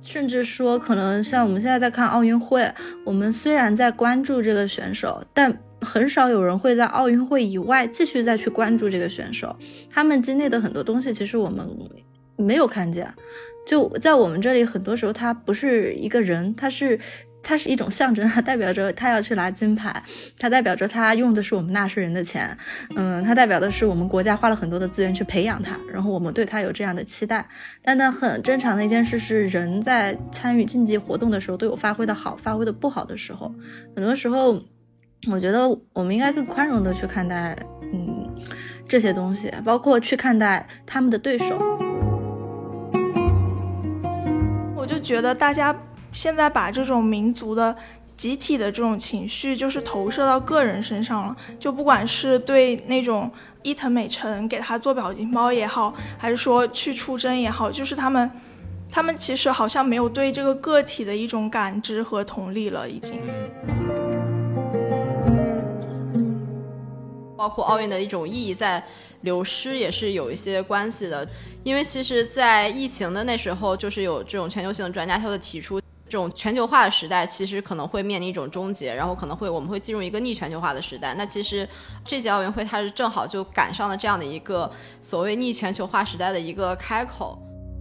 甚至说可能像我们现在在看奥运会，我们虽然在关注这个选手，但很少有人会在奥运会以外继续再去关注这个选手，他们经历的很多东西其实我们没有看见。就在我们这里，很多时候他不是一个人，他是一种象征，它代表着他要去拿金牌，它代表着他用的是我们纳税人的钱，它代表的是我们国家花了很多的资源去培养他，然后我们对他有这样的期待。但很正常的一件事是，人在参与竞技活动的时候都有发挥的好发挥的不好的时候，很多时候我觉得我们应该更宽容的去看待这些东西，包括去看待他们的对手。 我就觉得大家现在把这种民族的集体的这种情绪就是投射到个人身上了，就不管是对那种伊藤美诚给他做表情包也好，还是说去出征也好，就是他们其实好像没有对这个个体的一种感知和同理了已经。 包括奥运的一种意义在流失也是有一些关系的，因为其实在疫情的那时候，就是有这种全球性的专家他会提出，这种全球化的时代其实可能会面临一种终结，然后可能我们会进入一个逆全球化的时代。那其实这届奥运会它是正好就赶上了这样的一个所谓逆全球化时代的一个开口。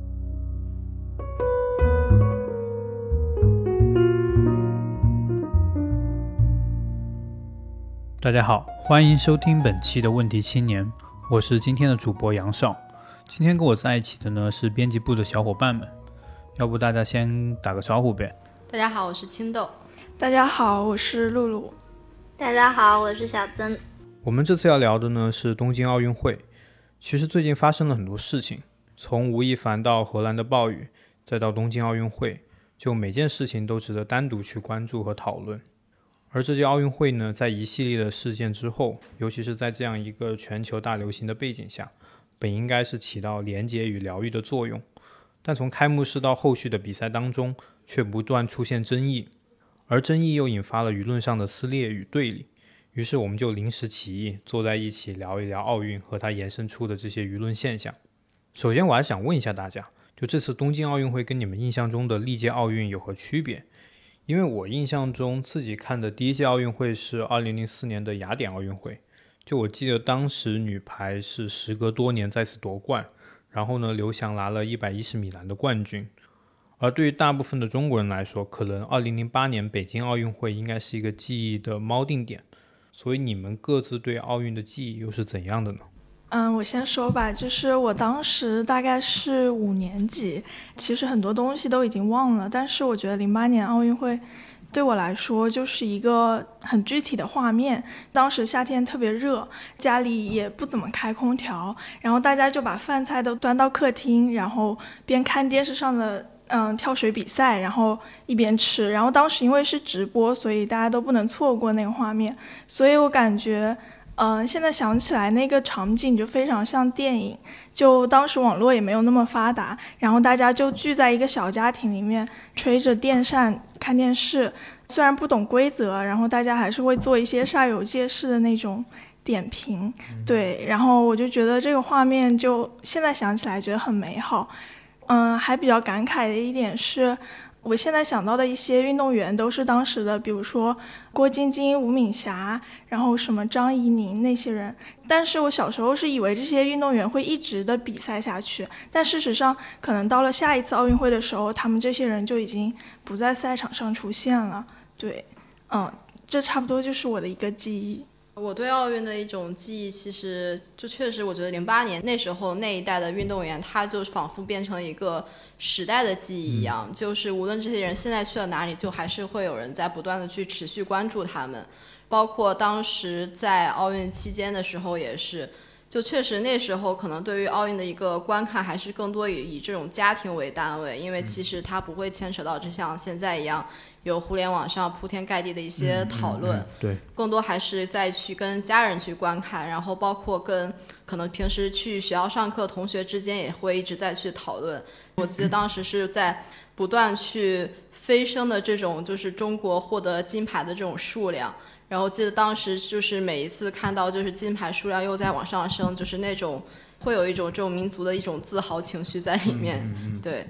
大家好，欢迎收听本期的问题青年，我是今天的主播杨少。今天跟我在一起的呢是编辑部的小伙伴们，要不大家先打个招呼呗。 大家好，我是青豆。 大家好，我是露露。 大家好，我是小曾。 我们这次要聊的呢是东京奥运会。其实最近发生了很多事情，从吴亦凡到荷兰的暴雨，再到东京奥运会，就每件事情都值得单独去关注和讨论。而这届奥运会呢，在一系列的事件之后，尤其是在这样一个全球大流行的背景下，本应该是起到连结与疗愈的作用，但从开幕式到后续的比赛当中，却不断出现争议，而争议又引发了舆论上的撕裂与对立。于是我们就临时起意，坐在一起聊一聊奥运和它延伸出的这些舆论现象。首先我还想问一下大家，就这次东京奥运会跟你们印象中的历届奥运有何区别？因为我印象中自己看的第一届奥运会是2004年的雅典奥运会，就我记得当时女排是时隔多年再次夺冠，然后呢，刘翔拿了110米栏的冠军。而对于大部分的中国人来说，可能2008年北京奥运会应该是一个记忆的锚定点，所以你们各自对奥运的记忆又是怎样的呢？ 我先说吧，就是我当时大概是5年级，其实很多东西都已经忘了，但是我觉得08年奥运会对我来说就是一个很具体的画面。当时夏天特别热，家里也不怎么开空调，然后大家就把饭菜都端到客厅，然后边看电视上的跳水比赛，然后一边吃。然后当时因为是直播，所以大家都不能错过那个画面，所以我感觉现在想起来那个场景就非常像电影。就当时网络也没有那么发达，然后大家就聚在一个小家庭里面，吹着电扇看电视，虽然不懂规则，然后大家还是会做一些煞有介事的那种点评。对，然后我就觉得这个画面就现在想起来觉得很美好。还比较感慨的一点是，我现在想到的一些运动员都是当时的，比如说郭晶晶、吴敏霞，然后什么张怡宁那些人。但是我小时候是以为这些运动员会一直的比赛下去，但事实上可能到了下一次奥运会的时候，他们这些人就已经不在赛场上出现了。对，这差不多就是我的一个记忆。 我对奥运的一种记忆，其实就确实我觉得08年那时候那一代的运动员，他就仿佛变成了一个时代的记忆一样，就是无论这些人现在去了哪里，就还是会有人在不断的去持续关注他们。包括当时在奥运期间的时候也是，就确实那时候可能对于奥运的一个观看还是更多以这种家庭为单位，因为其实它不会牵扯到就像现在一样有互联网上铺天盖地的一些讨论， 对， 更多还是再去跟家人去观看，然后包括跟可能平时去学校上课同学之间也会一直在去讨论。我记得当时是在不断去飞升的这种就是中国获得金牌的这种数量，然后记得当时就是每一次看到就是金牌数量又在往上升，就是那种会有一种这种民族的一种自豪情绪在里面。对，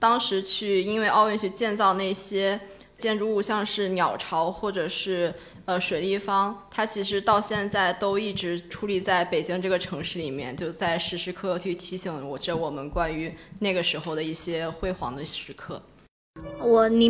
当时去因为奥运去建造那些建筑物，像是鸟巢或者是水立方，它其实到现在都一直矗立在北京这个城市里面，就在时时刻刻去提醒着我们关于那个时候的一些辉煌的时刻。 我对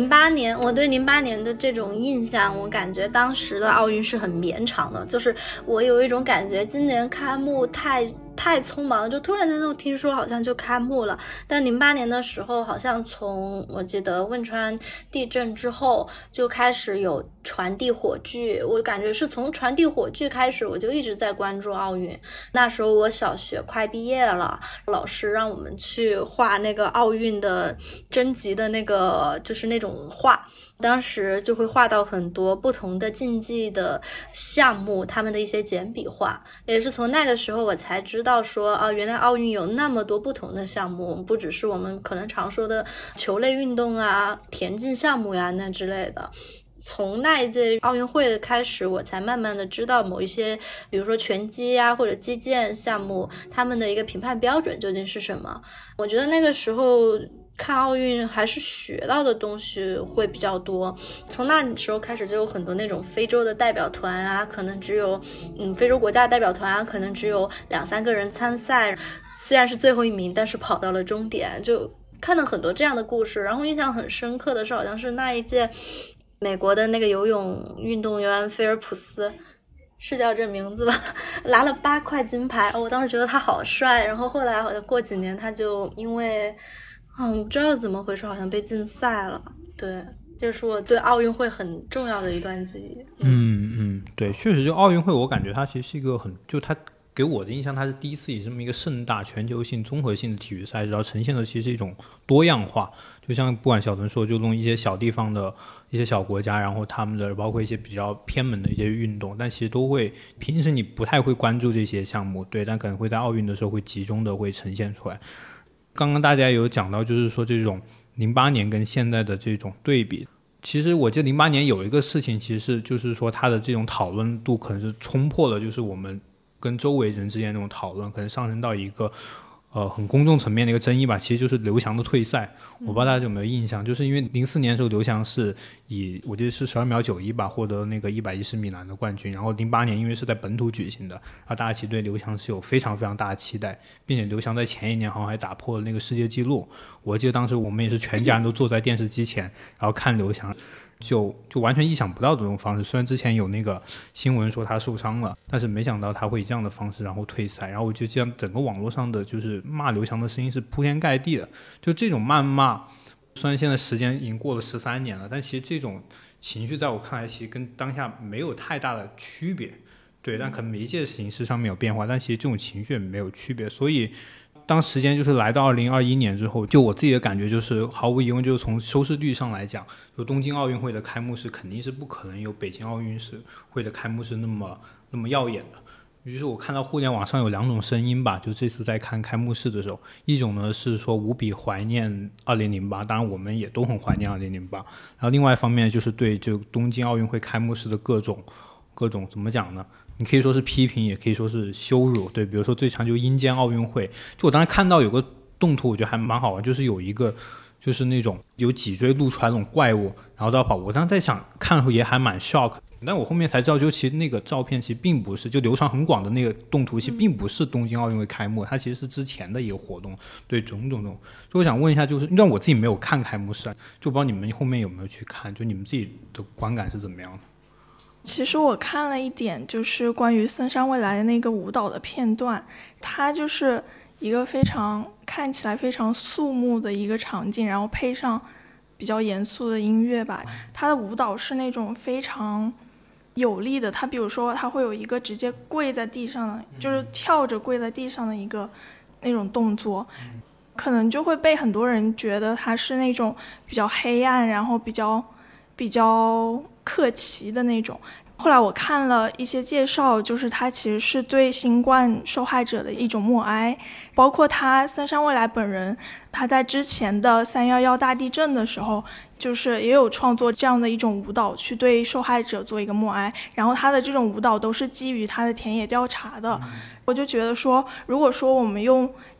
08年的这种印象，我感觉当时的奥运是很绵长的，就是我有一种感觉，今年开幕太匆忙了，就突然间就听说好像就开幕了。但08年的时候，好像从我记得汶川地震之后就开始有传递火炬，我感觉是从传递火炬开始，我就一直在关注奥运。那时候我小学快毕业了，老师让我们去画那个奥运的征集的那个就是那种画，当时就会画到很多不同的竞技的项目，他们的一些简笔画。也是从那个时候我才知道说原来奥运有那么多不同的项目，不只是我们可能常说的球类运动啊、田径项目呀那之类的。从那一届奥运会的开始，我才慢慢的知道某一些比如说拳击啊或者击剑项目他们的一个评判标准究竟是什么。我觉得那个时候看奥运还是学到的东西会比较多。从那时候开始就有很多那种非洲的代表团啊，可能只有非洲国家代表团啊，可能只有2-3个人参赛，虽然是最后一名但是跑到了终点，就看了很多这样的故事。然后印象很深刻的是好像是那一届美国的那个游泳运动员菲尔普斯，是叫这名字吧，拿了8块金牌，我当时觉得他好帅。然后后来好像过几年他就因为我不知道怎么回事，好像被禁赛了。对，这是我对奥运会很重要的一段记忆。 对，确实就奥运会我感觉它其实是一个就它给我的印象，它是第一次以这么一个盛大全球性综合性的体育赛事，然后呈现的其实是一种多样化。就像不管小陈说，就弄一些小地方的一些小国家，然后他们的包括一些比较偏门的一些运动，但其实都会平时你不太会关注这些项目，对，但可能会在奥运的时候会集中的会呈现出来。刚刚大家有讲到就是说这种08年跟现在的这种对比，其实我记得08年有一个事情，其实就是说它的这种讨论度可能是冲破了就是我们跟周围人之间那种讨论，可能上升到一个很公众层面的一个争议吧，其实就是刘翔的退赛。我不知道大家有没有印象，就是因为04年的时候刘翔是以我记得是12秒91吧获得那个110米栏的冠军，然后08年因为是在本土举行的，然后大家其实对刘翔是有非常非常大的期待，并且刘翔在前一年好像还打破了那个世界纪录。我记得当时我们也是全家人都坐在电视机前然后看刘翔，就完全意想不到的这种方式。虽然之前有那个新闻说他受伤了，但是没想到他会以这样的方式然后退赛。然后我就这样整个网络上的就是骂刘翔的声音是铺天盖地的，就这种谩骂，虽然现在时间已经过了13年了，但其实这种情绪在我看来其实跟当下没有太大的区别。对，但可能媒介形式上面有变化，但其实这种情绪也没有区别。所以当时间就是来到2021年之后，就我自己的感觉就是毫无疑问，就是从收视率上来讲，就东京奥运会的开幕式肯定是不可能有北京奥运会的开幕式那么耀眼的。于是我看到互联网上有2种声音吧，就这次在看开幕式的时候，一种呢是说无比怀念2008，当然我们也都很怀念2008，然后另外一方面就是对就东京奥运会开幕式的各种怎么讲呢，你可以说是批评也可以说是羞辱。对，比如说最常就阴间奥运会，就我当时看到有个动图我觉得还蛮好玩，就是有一个就是那种有脊椎露出来那种怪物然后都要跑，我当时在想看的时候也还蛮 shock， 但我后面才知道就其实那个照片其实并不是，就流传很广的那个动图其实并不是东京奥运会开幕，它其实是之前的一个活动。对，种种。所以我想问一下，就是让我自己没有看开幕式，就不知道你们后面有没有去看，就你们自己的观感是怎么样的？ 其实我看了一点就是关于森山未来的那个舞蹈的片段，它就是一个看起来非常肃穆的一个场景，然后配上比较严肃的音乐吧。它的舞蹈是那种非常有力的，它比如说它会有一个直接跪在地上的，就是跳着跪在地上的一个那种动作，可能就会被很多人觉得它是那种比较黑暗，然后比较克奇的那种。后来我看了一些介绍，就是它其实是对新冠受害者的一种默哀，包括他森山未来本人，他在之前的311大地震的时候，就是也有创作这样的一种舞蹈去对受害者做一个默哀，然后他的这种舞蹈都是基于他的田野调查的。我就觉得说，如果说我们用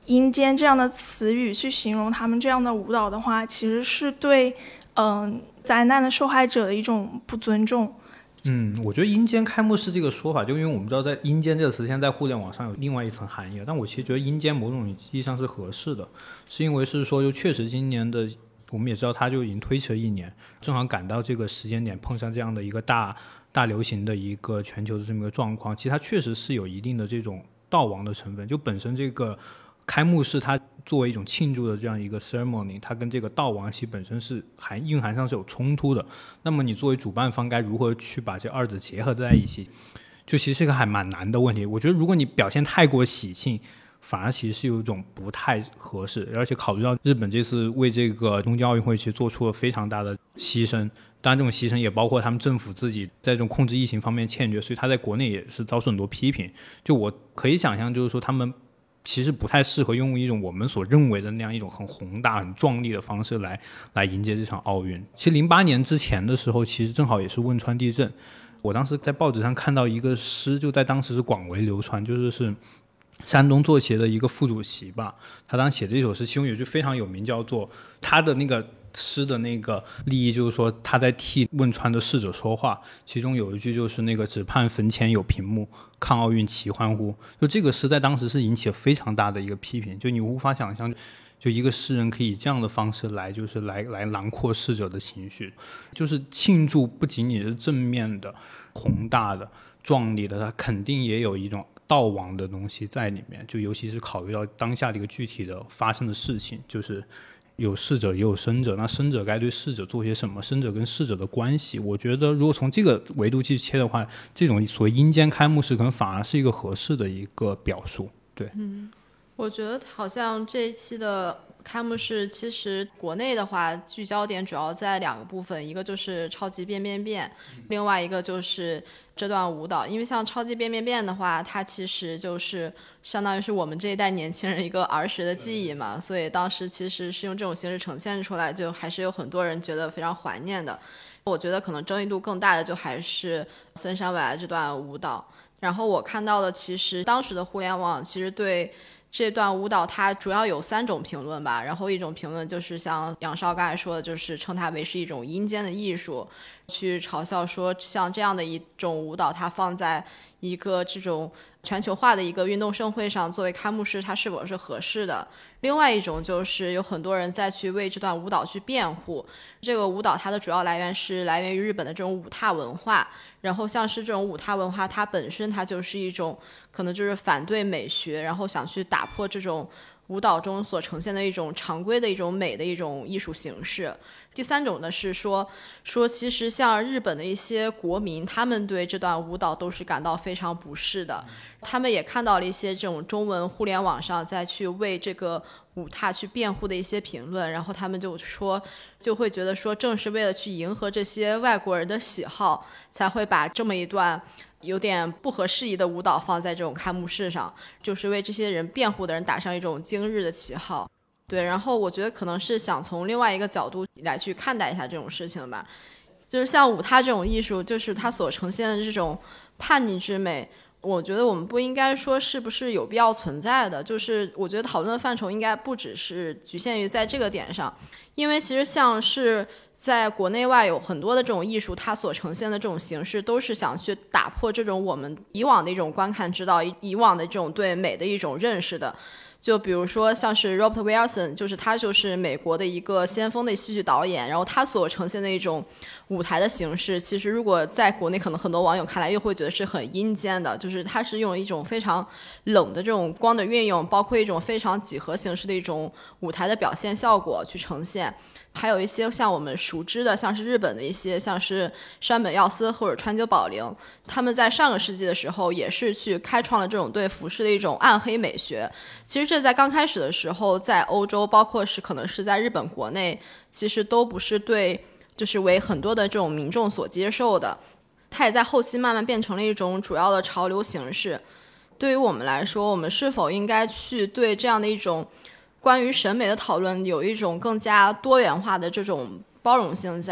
阴间这样的词语去形容他们这样的舞蹈的话，其实是对灾难的受害者的一种不尊重。 我觉得阴间开幕式这个说法，就因为我们知道在阴间这个词现在在互联网上有另外一层含义，但我其实觉得阴间某种意义上是合适的，是因为是说就确实今年的我们也知道它就已经推迟了1年，正好赶到这个时间点碰上这样的一个大流行的一个全球的这么一个状况，其实它确实是有一定的这种悼亡的成分，就本身这个开幕式它作为一种庆祝的这样一个 ceremony， 它跟这个悼亡其实本身是蕴含上是有冲突的。那么你作为主办方该如何去把这二者结合在一起，就其实是个还蛮难的问题。我觉得如果你表现太过喜庆，反而其实是有一种不太合适，而且考虑到日本这次为这个东京奥运会其实做出了非常大的牺牲，当然这种牺牲也包括他们政府自己在这种控制疫情方面欠缺，所以他在国内也是遭受很多批评。就我可以想象，就是说他们其实不太适合用一种我们所认为的那样一种很宏大很壮丽的方式来迎接这场奥运。其实08年之前的时候，其实正好也是汶川地震，我当时在报纸上看到一个诗，就在当时是广为流传，就是山东作协的一个副主席吧，他当时写的一首诗，其中有句非常有名，叫做他的那个诗的那个立意就是说他在替汶川的逝者说话，其中有一句就是那个只盼坟前有屏幕，抗奥运齐欢呼。就这个诗在当时是引起了非常大的一个批评，就你无法想象就一个诗人可以以这样的方式来就是来囊括逝者的情绪，就是庆祝不仅仅是正面的宏大的壮丽的，它肯定也有一种悼亡的东西在里面，就尤其是考虑到当下的一个具体的发生的事情，就是有逝者也有生者，那生者该对逝者做些什么，生者跟逝者的关系，我觉得如果从这个维度去切的话，这种所谓阴间开幕式可能反而是一个合适的一个表述。对， 我觉得好像这一期的开幕式其实国内的话聚焦点主要在2个部分，一个就是超级变变变，另外一个就是这段舞蹈。因为像超级变变变的话，它其实就是相当于是我们这一代年轻人一个儿时的记忆嘛，所以当时其实是用这种形式呈现出来，就还是有很多人觉得非常怀念的。我觉得可能争议度更大的就还是森山未来这段舞蹈。然后我看到的其实当时的互联网其实对这段舞蹈它主要有3种评论吧，然后一种评论就是像杨少刚才说的，就是称它为是一种阴间的艺术，去嘲笑说像这样的一种舞蹈它放在一个这种全球化的一个运动盛会上作为开幕式它是否是合适的。另外一种就是有很多人在去为这段舞蹈去辩护，这个舞蹈它的主要来源于日本的这种舞踏文化，然后像是这种舞踏文化它本身它就是一种可能就是反对美学，然后想去打破这种舞蹈中所呈现的一种常规的一种美的一种艺术形式。第3种呢是说其实像日本的一些国民，他们对这段舞蹈都是感到非常不适的，他们也看到了一些这种中文互联网上再去为这个舞踏去辩护的一些评论，然后他们就会觉得说正是为了去迎合这些外国人的喜好，才会把这么一段有点不合时宜的舞蹈放在这种开幕式上，就是为这些人辩护的人打上一种今日的旗号。对，然后我觉得可能是想从另外一个角度来去看待一下这种事情吧，就是像舞踏这种艺术，就是它所呈现的这种叛逆之美，我觉得我们不应该说是不是有必要存在的，就是我觉得讨论的范畴应该不只是局限于在这个点上，因为其实像是在国内外有很多的这种艺术，它所呈现的这种形式都是想去打破这种我们以往的一种观看之道，以往的这种对美的一种认识的。就比如说像是 Robert Wilson， 就是他就是美国的一个先锋的戏剧导演，然后他所呈现的一种舞台的形式，其实如果在国内可能很多网友看来又会觉得是很阴间的，就是他是用一种非常冷的这种光的运用，包括一种非常几何形式的一种舞台的表现效果去呈现。还有一些像我们熟知的，像是日本的一些像是山本耀司或者川久保玲，他们在上个世纪的时候也是去开创了这种对服饰的一种暗黑美学。其实这在刚开始的时候在欧洲，包括是可能是在日本国内，其实都不是对就是为很多的这种民众所接受的，它也在后期慢慢变成了一种主要的潮流形式。对于我们来说，我们是否应该去对这样的一种关于审美的讨论有一种更加多元化的这种包容性在，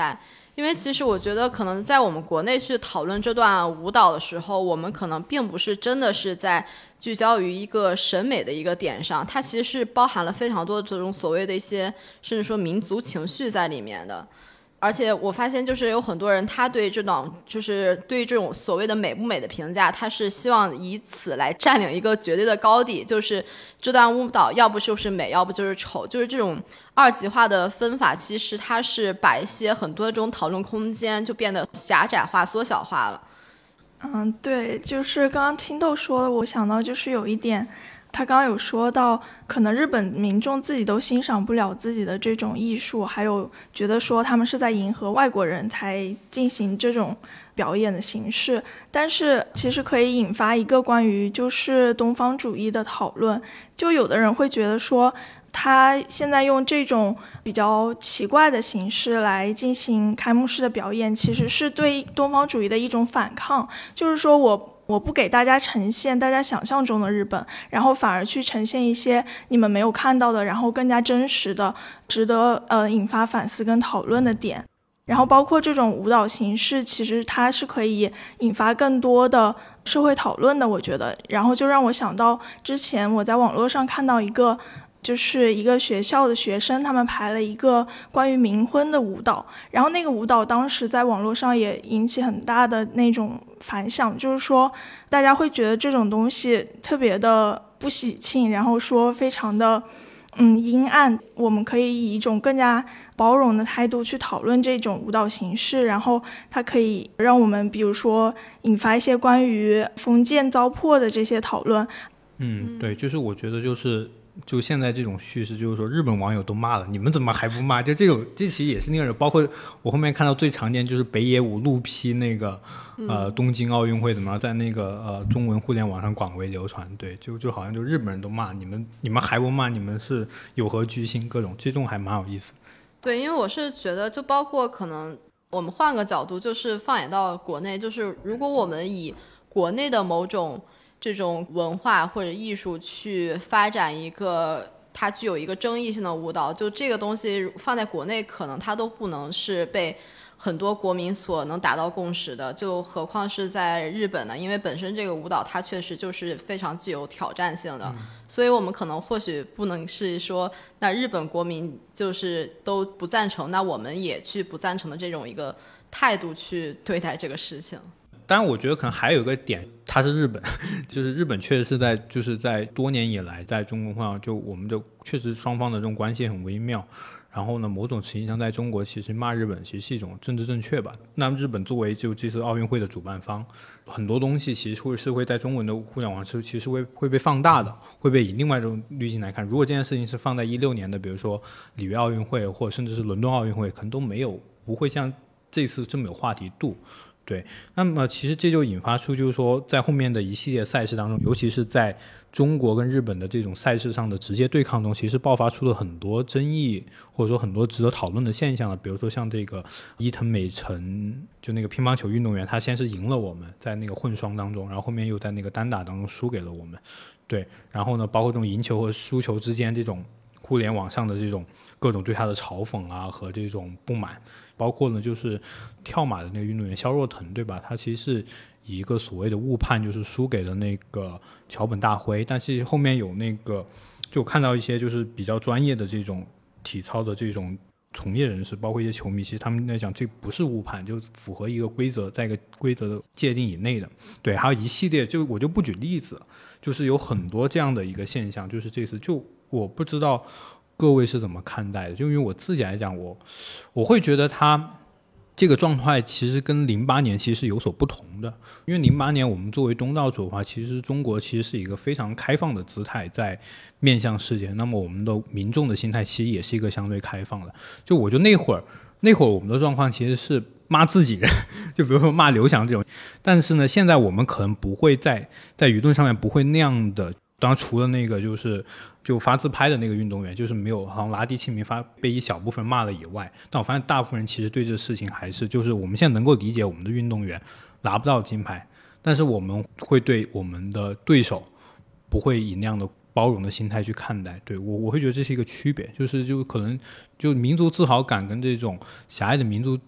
因为其实我觉得可能在我们国内去讨论这段舞蹈的时候，我们可能并不是真的是在聚焦于一个审美的一个点上，它其实是包含了非常多这种所谓的一些甚至说民族情绪在里面的。而且我发现就是有很多人他对这种就是对这种所谓的美不美的评价，他是希望以此来占领一个绝对的高地，就是这段舞蹈要不就是美要不就是丑，就是这种二极化的分法，其实它是把一些很多这种讨论空间就变得狭窄化缩小化了。 对，就是刚刚听豆说的，我想到就是有一点他刚刚有说到可能日本民众自己都欣赏不了自己的这种艺术，还有觉得说他们是在迎合外国人才进行这种表演的形式，但是其实可以引发一个关于就是东方主义的讨论。就有的人会觉得说他现在用这种比较奇怪的形式来进行开幕式的表演，其实是对东方主义的一种反抗，就是说我不给大家呈现大家想象中的日本，然后反而去呈现一些你们没有看到的，然后更加真实的值得引发反思跟讨论的点。然后包括这种舞蹈形式，其实它是可以引发更多的社会讨论的，我觉得。然后就让我想到之前我在网络上看到一个就是一个学校的学生，他们排了一个关于冥婚的舞蹈，然后那个舞蹈当时在网络上也引起很大的那种反响，就是说大家会觉得这种东西特别的不喜庆，然后说非常的阴暗，我们可以以一种更加包容的态度去讨论这种舞蹈形式，然后它可以让我们比如说引发一些关于封建糟粕的这些讨论。 对，就是我觉得就现在这种叙事，就是说日本网友都骂了，你们怎么还不骂？就这种，这其实也是那个人，包括我后面看到最常见就是北野武怒批那个东京奥运会怎么样，在那个中文互联网上广为流传。对，就好像就日本人都骂你们还不骂，你们是有何居心？各种这种还蛮有意思。 对，因为我是觉得就包括可能我们换个角度，就是放眼到国内，就是如果我们以国内的某种这种文化或者艺术去发展一个它具有一个争议性的舞蹈，就这个东西放在国内可能它都不能是被很多国民所能达到共识的，就何况是在日本呢？因为本身这个舞蹈它确实就是非常具有挑战性的，所以我们可能或许不能是说那日本国民就是都不赞成，那我们也去不赞成的这种一个态度去对待这个事情。 当然我觉得可能还有一个点，它是日本就是日本确实是就是在多年以来在中国上，就我们的确实双方的这种关系很微妙，然后呢某种程度上在中国其实骂日本其实是一种政治正确吧。那日本作为就这次奥运会的主办方，很多东西其实会在中文的互联网其实会被放大的，会被以另外一种滤镜来看。如果这件事情是放在16年的比如说里约奥运会或者甚至是伦敦奥运会，可能都不会像这次这么有话题度。对，那么其实这就引发出就是说在后面的一系列赛事当中，尤其是在中国跟日本的这种赛事上的直接对抗中，其实爆发出了很多争议或者说很多值得讨论的现象了。比如说像这个伊藤美诚，就那个乒乓球运动员，他先是赢了我们在那个混双当中，然后后面又在那个单打当中输给了我们。对，然后呢包括这种赢球和输球之间这种互联网上的这种各种对他的嘲讽啊和这种不满，包括呢就是跳马的那个运动员肖若腾，对吧？他其实是以一个所谓的误判就是输给了那个桥本大辉，但是后面有那个就看到一些就是比较专业的这种体操的这种从业人士，包括一些球迷，其实他们在讲这不是误判，就符合一个规则，在一个规则的界定以内的。对，还有一系列我就不举例子，就是有很多这样的一个现象，就是这次就我不知道各位是怎么看待的。就因为我自己来讲，我会觉得他这个状态其实跟08年其实是有所不同的。因为08年我们作为东道主的话，其实中国其实是一个非常开放的姿态在面向世界，那么我们的民众的心态其实也是一个相对开放的。就我觉得那会儿我们的状况其实是骂自己人，就比如说骂刘翔这种，但是呢现在我们可能不会在舆论上面不会那样的。当然除了那个就发自拍的那个运动员，就是没有好像拉低清明被一小部分骂了以外，但我发现大部分人其实对这个事情还是就是我们现在能够理解我们的运动员拿不到金牌，但是我们会对我们的对手不会以那样的包容的心态去看待。对，我会觉得这是一个区别，就可能就民族自豪感跟这种狭隘的民族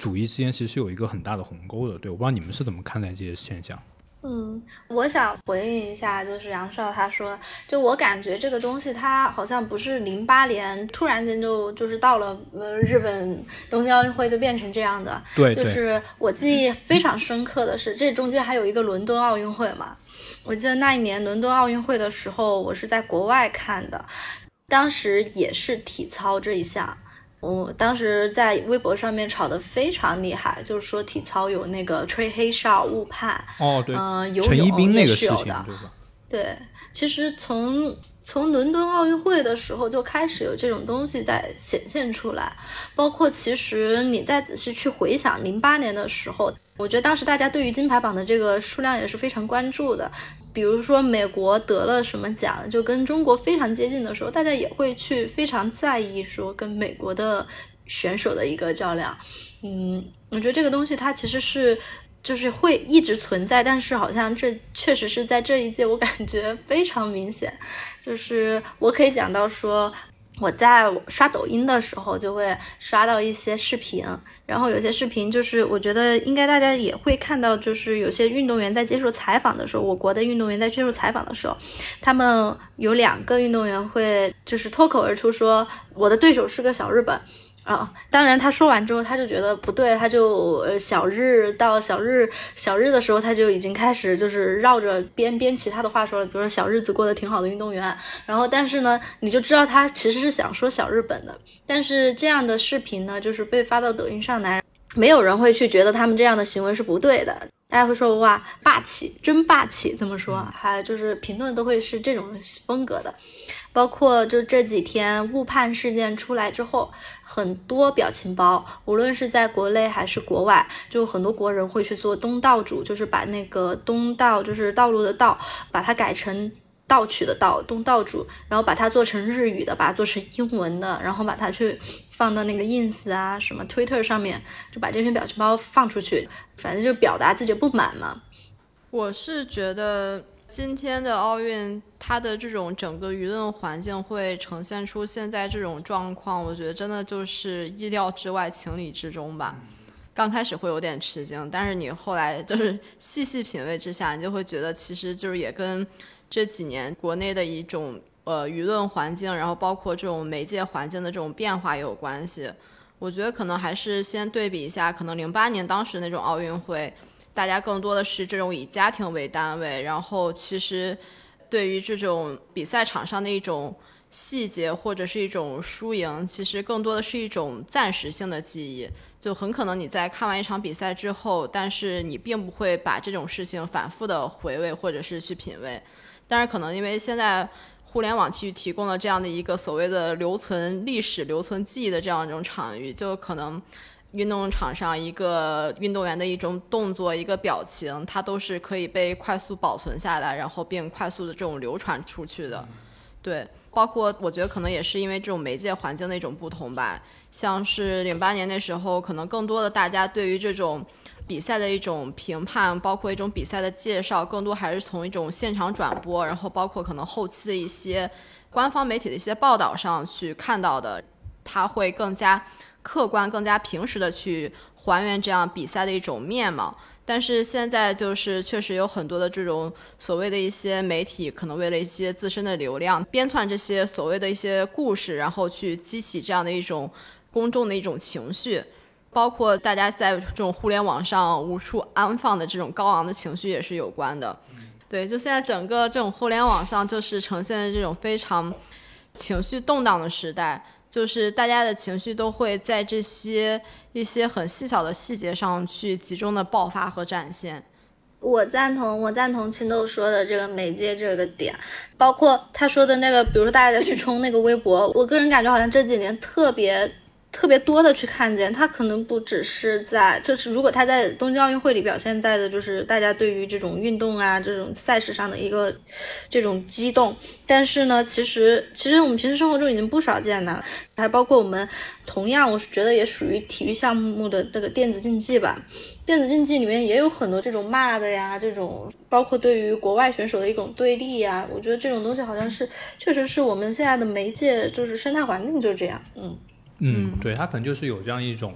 主义之间其实有一个很大的鸿沟的。对，我不知道你们是怎么看待这些现象。 我想回应一下，就是杨少他说，就我感觉这个东西它好像不是08年突然间就是到了日本东京奥运会就变成这样的。 对， 就是我记忆非常深刻的是，这中间还有一个伦敦奥运会嘛。我记得那一年伦敦奥运会的时候，我是在国外看的，当时也是体操这一项。我当时在微博上面炒得非常厉害，就是说体操有那个吹黑哨、误判， 对， 游陈一冰泳也那个事情， 是有的。 对吧？ 对，其实从伦敦奥运会的时候就开始有这种东西在显现出来，包括其实你再仔细去回想08年的时候，我觉得当时大家对于金牌榜的这个数量也是非常关注的。比如说美国得了什么奖，就跟中国非常接近的时候，大家也会去非常在意说跟美国的选手的一个较量。我觉得这个东西它其实是就是会一直存在，但是好像这确实是在这一届我感觉非常明显。就是我可以讲到说，我在刷抖音的时候就会刷到一些视频，然后有些视频就是我觉得应该大家也会看到，就是有些运动员在接受采访的时候，我国的运动员在接受采访的时候，他们有2个运动员会就是脱口而出说我的对手是个小日本。当然他说完之后他就觉得不对，他就小日的时候他就已经开始就是绕着编其他的话说了，比如说小日子过得挺好的运动员，然后但是呢你就知道他其实是想说小日本的。但是这样的视频呢就是被发到抖音上来，没有人会去觉得他们这样的行为是不对的，大家会说哇霸气，真霸气，这么说，还有就是评论都会是这种风格的。包括就这几天误判事件出来之后，很多表情包无论是在国内还是国外，就很多国人会去做东道主，就是把那个东道就是道路的道把它改成盗取的盗，东道主，然后把它做成日语的，把它做成英文的，然后把它去放到那个 ins 啊什么 Twitter 上面，就把这些表情包放出去，反正就表达自己不满嘛。 我是觉得今天的奥运它的这种整个舆论环境会呈现出现在这种状况，我觉得真的就是意料之外情理之中吧。刚开始会有点吃惊，但是你后来就是细细品味之下，你就会觉得其实就是也跟这几年国内的一种舆论环境，然后包括这种媒介环境的这种变化也有关系。我觉得可能还是先对比一下，可能08年当时那种奥运会，大家更多的是这种以家庭为单位，然后其实对于这种比赛场上的一种细节或者是一种输赢，其实更多的是一种暂时性的记忆，就很可能你在看完一场比赛之后，但是你并不会把这种事情反复的回味或者是去品味。但是可能因为现在互联网去提供了这样的一个所谓的留存历史留存记忆的这样一种场域，就可能运动场上一个运动员的一种动作一个表情，它都是可以被快速保存下来，然后并快速的这种流传出去的。对，包括我觉得可能也是因为这种媒介环境的一种不同吧，像是08年那时候可能更多的大家对于这种比赛的一种评判，包括一种比赛的介绍，更多还是从一种现场转播，然后包括可能后期的一些官方媒体的一些报道上去看到的，它会更加客观更加平实的去还原这样比赛的一种面貌。但是现在就是确实有很多的这种所谓的一些媒体可能为了一些自身的流量编撰这些所谓的一些故事，然后去激起这样的一种公众的一种情绪，包括大家在这种互联网上无处安放的这种高昂的情绪也是有关的。对，就现在整个这种互联网上就是呈现的这种非常情绪动荡的时代，就是大家的情绪都会在这些一些很细小的细节上去集中的爆发和展现。 我赞同青豆说的这个媒介这个点，包括他说的那个，比如说大家去冲那个微博，我个人感觉好像这几年特别多的去看见，他可能不只是在，就是如果他在东京奥运会里表现在的就是大家对于这种运动啊这种赛事上的一个这种激动，但是呢其实我们平时生活中已经不少见了，还包括我们同样我觉得也属于体育项目的那个电子竞技吧，电子竞技里面也有很多这种骂的呀，这种包括对于国外选手的一种对立呀，我觉得这种东西好像是确实是我们现在的媒介就是生态环境就是这样。 对，它可能就是有这样一种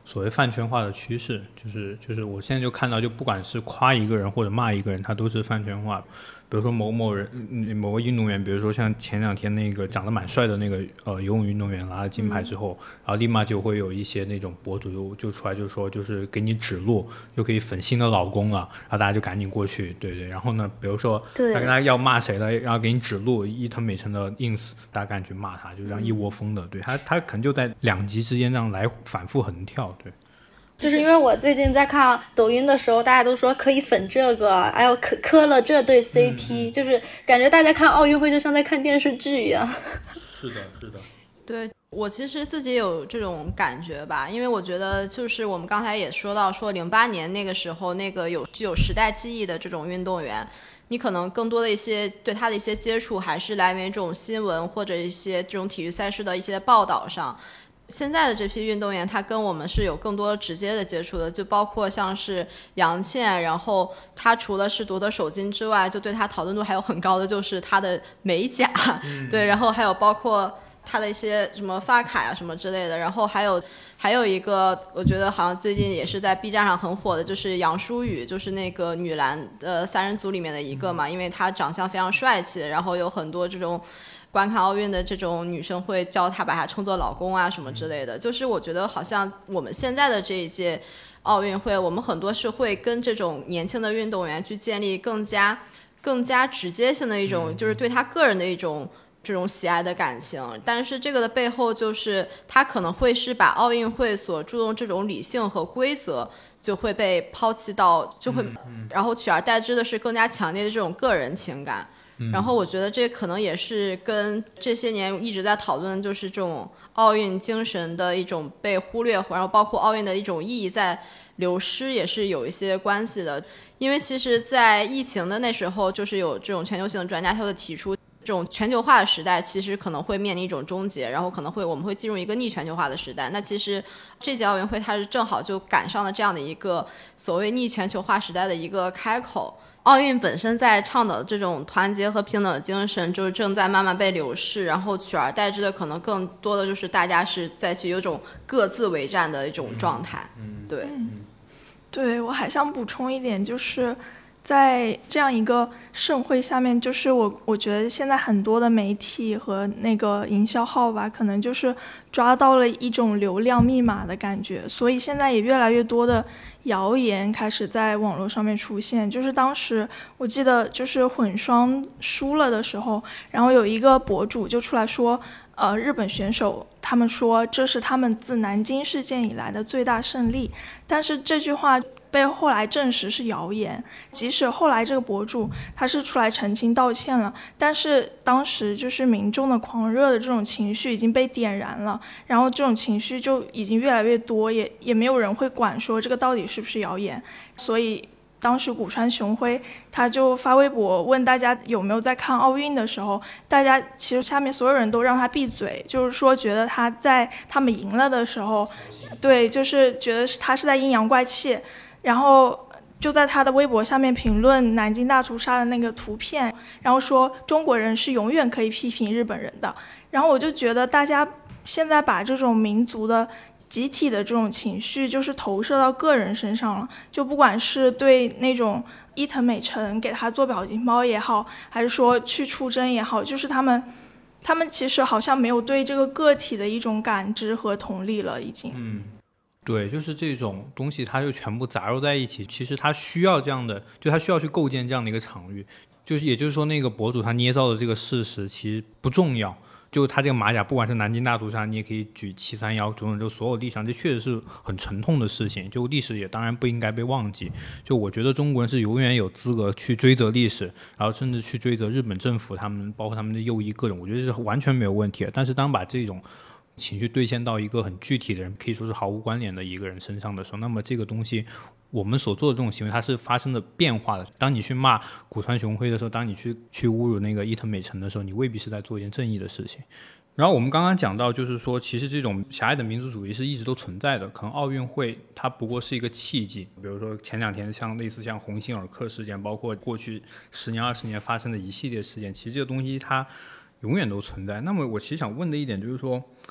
所谓饭圈化的趋势，就是我现在就看到，就不管是夸一个人或者骂一个人，他都是饭圈化。比如说某个运动员，比如说像前2天那个长得蛮帅的那个游泳运动员拿了金牌之后，然后立马就会有一些那种博主就出来就说，就是给你指路，就可以粉新的老公了，然后大家就赶紧过去，对。然后呢，比如说他跟他要骂谁了，然后给你指路，伊藤美诚的 ins， 大家赶紧去骂他，就这样一窝蜂的，对他可能就在2极之间这样来反复横跳，对。 就是因为我最近在看抖音的时候，大家都说可以粉这个，还有磕了这对 CP，就是感觉大家看奥运会就像在看电视剧一样。 是的。 对，我其实自己有这种感觉吧，因为我觉得就是我们刚才也说到，说08年那个时候那个具有时代记忆的这种运动员，你可能更多的一些对他的一些接触还是来源于这种新闻或者一些这种体育赛事的一些报道上。现在的这批运动员他跟我们是有更多直接的接触的，就包括像是杨倩，然后他除了是夺得首金之外，就对他讨论度还有很高的就是他的美甲，对，然后还有包括他的一些什么发卡啊什么之类的，然后还有一个我觉得好像最近也是在 B 站上很火的，就是杨舒雨，就是那个女篮的3人组里面的一个嘛，因为她长相非常帅气，然后有很多这种观看奥运的这种女生会叫他把他称作老公啊什么之类的，就是我觉得好像我们现在的这一届奥运会，我们很多是会跟这种年轻的运动员去建立更加直接性的一种，就是对他个人的一种这种喜爱的感情，但是这个的背后就是他可能会是把奥运会所注重这种理性和规则就会被抛弃到，就会然后取而代之的是更加强烈的这种个人情感。然后我觉得这可能也是跟这些年一直在讨论就是这种奥运精神的一种被忽略，然后包括奥运的一种意义在流失也是有一些关系的。因为其实在疫情的那时候，就是有这种全球性的专家他会提出这种全球化的时代其实可能会面临一种终结，然后可能我们会进入一个逆全球化的时代。那其实这届奥运会它是正好就赶上了这样的一个所谓逆全球化时代的一个开口。奥运本身在倡导这种团结和平等的精神就是正在慢慢被流逝，然后取而代之的可能更多的就是大家是在去有一种各自为战的一种状态。 对，我还想补充一点，就是在这样一个盛会下面，就是我觉得现在很多的媒体和那个营销号吧，可能就是抓到了一种流量密码的感觉，所以现在也越来越多的谣言开始在网络上面出现。就是当时我记得就是混双输了的时候，然后有一个博主就出来说日本选手他们说这是他们自南京事件以来的最大胜利，但是这句话被后来证实是谣言。即使后来这个博主他是出来澄清道歉了，但是当时就是民众的狂热的这种情绪已经被点燃了，然后这种情绪就已经越来越多，也没有人会管说这个到底是不是谣言。所以当时古川雄辉他就发微博问大家有没有在看奥运的时候，大家其实下面所有人都让他闭嘴，就是说觉得他在他们赢了的时候，对，就是觉得他是在阴阳怪气，然后就在他的微博下面评论南京大屠杀的那个图片，然后说中国人是永远可以批评日本人的。然后我就觉得大家现在把这种民族的集体的这种情绪就是投射到个人身上了，就不管是对那种伊藤美诚给他做表情包也好，还是说去出征也好，就是他们其实好像没有对这个个体的一种感知和同理了已经。 对，就是这种东西它就全部杂糅在一起，其实它需要这样的，就它需要去构建这样的一个场域，就是也就是说那个博主他捏造的这个事实其实不重要，就他这个马甲不管是南京大屠杀，你也可以举731种种，就所有立场，这确实是很沉痛的事情，就历史也当然不应该被忘记。就我觉得中国人是永远有资格去追责历史，然后甚至去追责日本政府他们包括他们的右翼各种，我觉得是完全没有问题的。但是当把这种情绪兑现到一个很具体的人，可以说是毫无关联的一个人身上的时候，那么这个东西我们所做的这种行为它是发生了变化的。当你去骂古川雄辉的时候，当你去侮辱那个伊藤美诚的时候，你未必是在做一件正义的事情。然后我们刚刚讲到就是说其实这种狭隘的民族主义是一直都存在的，可能奥运会它不过是一个契机，比如说前2天类似像鸿星尔克事件，包括过去10年20年发生的一系列事件，其实这个东西它永远都存在。那么我其实想问的一点就是说，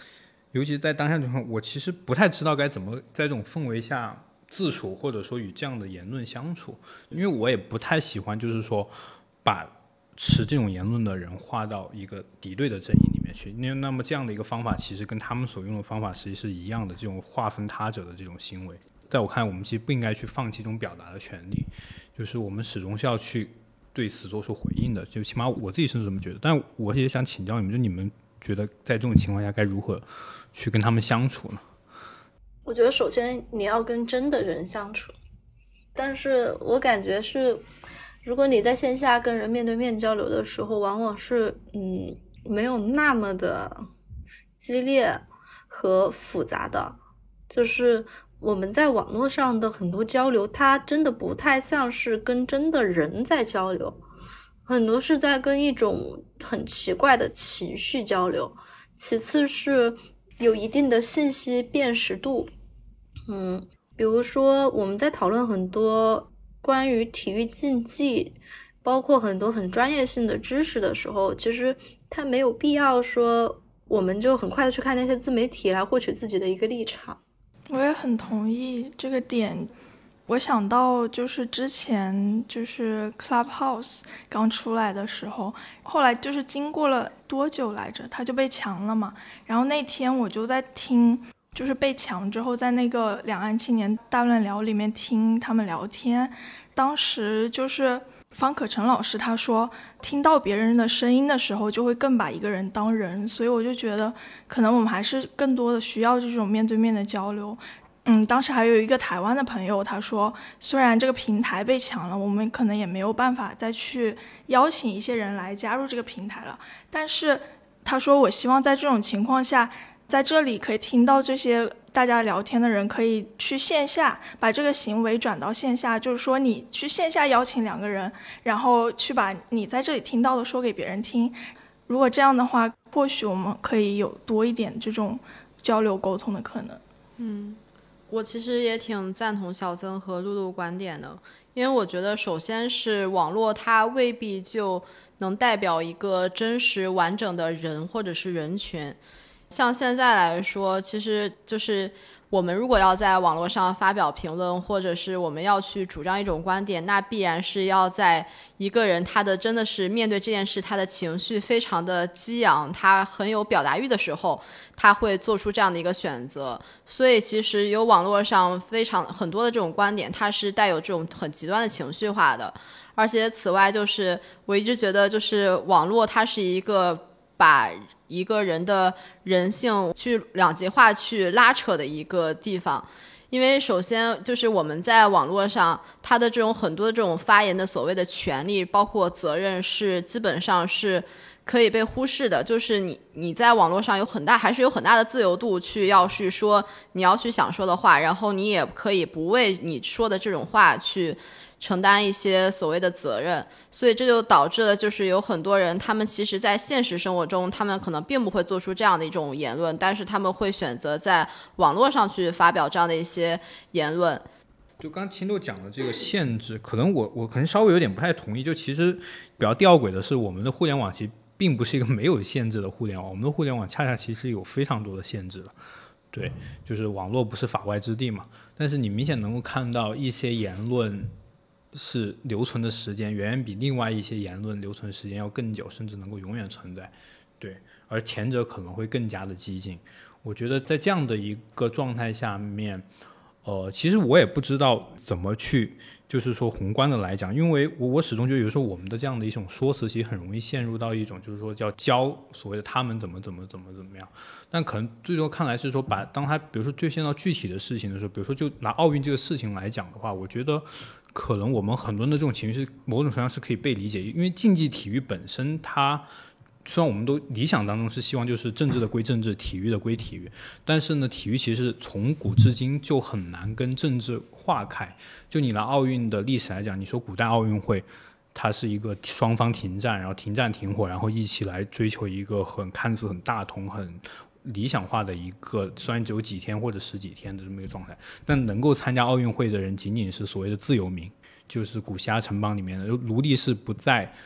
尤其在当下情况，我其实不太知道该怎么在这种氛围下自处，或者说与这样的言论相处，因为我也不太喜欢就是说把持这种言论的人划到一个敌对的阵营里面去，因为那么这样的一个方法其实跟他们所用的方法实际是一样的，这种划分他者的这种行为，在我看来我们其实不应该去放弃这种表达的权利，就是我们始终是要去对此做出回应的，就起码我自己是这么觉得。但我也想请教你们，就你们觉得在这种情况下该如何去跟他们相处呢？ 我觉得首先你要跟真的人相处，但是我感觉是如果你在线下跟人面对面交流的时候，往往是没有那么的激烈和复杂的，就是我们在网络上的很多交流，它真的不太像是跟真的人在交流，很多是在跟一种很奇怪的情绪交流。其次是有一定的信息辨识度，比如说我们在讨论很多关于体育竞技，包括很多很专业性的知识的时候，其实它没有必要说我们就很快的去看那些自媒体来获取自己的一个立场。 我也很同意这个点。我想到就是之前就是 Clubhouse 刚出来的时候，后来就是经过了多久来着，它就被强了嘛。然后那天我就在听，就是被强之后在那个两岸青年大乱聊里面听他们聊天，当时就是方可成老师他说，听到别人的声音的时候就会更把一个人当人，所以我就觉得可能我们还是更多的需要这种面对面的交流。当时还有一个台湾的朋友，他说虽然这个平台被抢了，我们可能也没有办法再去邀请一些人来加入这个平台了，但是他说我希望在这种情况下，在这里可以听到这些大家聊天的人可以去线下把这个行为转到线下，就是说你去线下邀请2个人，然后去把你在这里听到的说给别人听。如果这样的话，或许我们可以有多一点这种交流沟通的可能。 我其实也挺赞同小曾和露露观点的，因为我觉得首先是网络它未必就能代表一个真实完整的人或者是人群。像现在来说，其实就是我们如果要在网络上发表评论，或者是我们要去主张一种观点，那必然是要在一个人他的真的是面对这件事他的情绪非常的激昂，他很有表达欲的时候，他会做出这样的一个选择。所以其实有网络上很多的这种观点，它是带有这种很极端的情绪化的。而且此外，就是我一直觉得就是网络它是一个把一个人的人性去两极化去拉扯的一个地方。因为首先就是我们在网络上他的这种很多的这种发言的所谓的权利包括责任是基本上是可以被忽视的，就是你在网络上还是有很大的自由度去要去说你要去想说的话，然后你也可以不为你说的这种话去承担一些所谓的责任。所以这就导致了就是有很多人他们其实在现实生活中他们可能并不会做出这样的一种言论，但是他们会选择在网络上去发表这样的一些言论。 就刚青豆讲的这个限制，可能我可能稍微有点不太同意。就其实比较吊诡的是，我们的互联网其实并不是一个没有限制的互联网，我们的互联网恰恰其实有非常多的限制的。对，就是网络不是法外之地嘛，但是你明显能够看到一些言论是留存的时间远远比另外一些言论留存时间要更久，甚至能够永远存在。对，而前者可能会更加的激进。我觉得在这样的一个状态下面，其实我也不知道怎么去，就是说宏观的来讲，因为我始终觉得有时候我们的这样的一种说辞，其实很容易陷入到一种就是说叫教所谓的他们怎么样，但可能最多看来是说当他比如说兑现到具体的事情的时候，比如说就拿奥运这个事情来讲的话，我觉得可能我们很多人的这种情绪某种程度上是可以被理解，因为竞技体育本身它虽然我们都理想当中是希望就是政治的归政治，体育的归体育，但是呢，体育其实从古至今就很难跟政治划开。就你拿奥运的历史来讲，你说古代奥运会，它是一个双方停战，然后停战停火，然后一起来追求一个看似很大同、很理想化的一个，虽然只有几天或者10几天的这么一个状态，但能够参加奥运会的人仅仅是所谓的自由民，就是古希腊城邦里面的奴隶是不在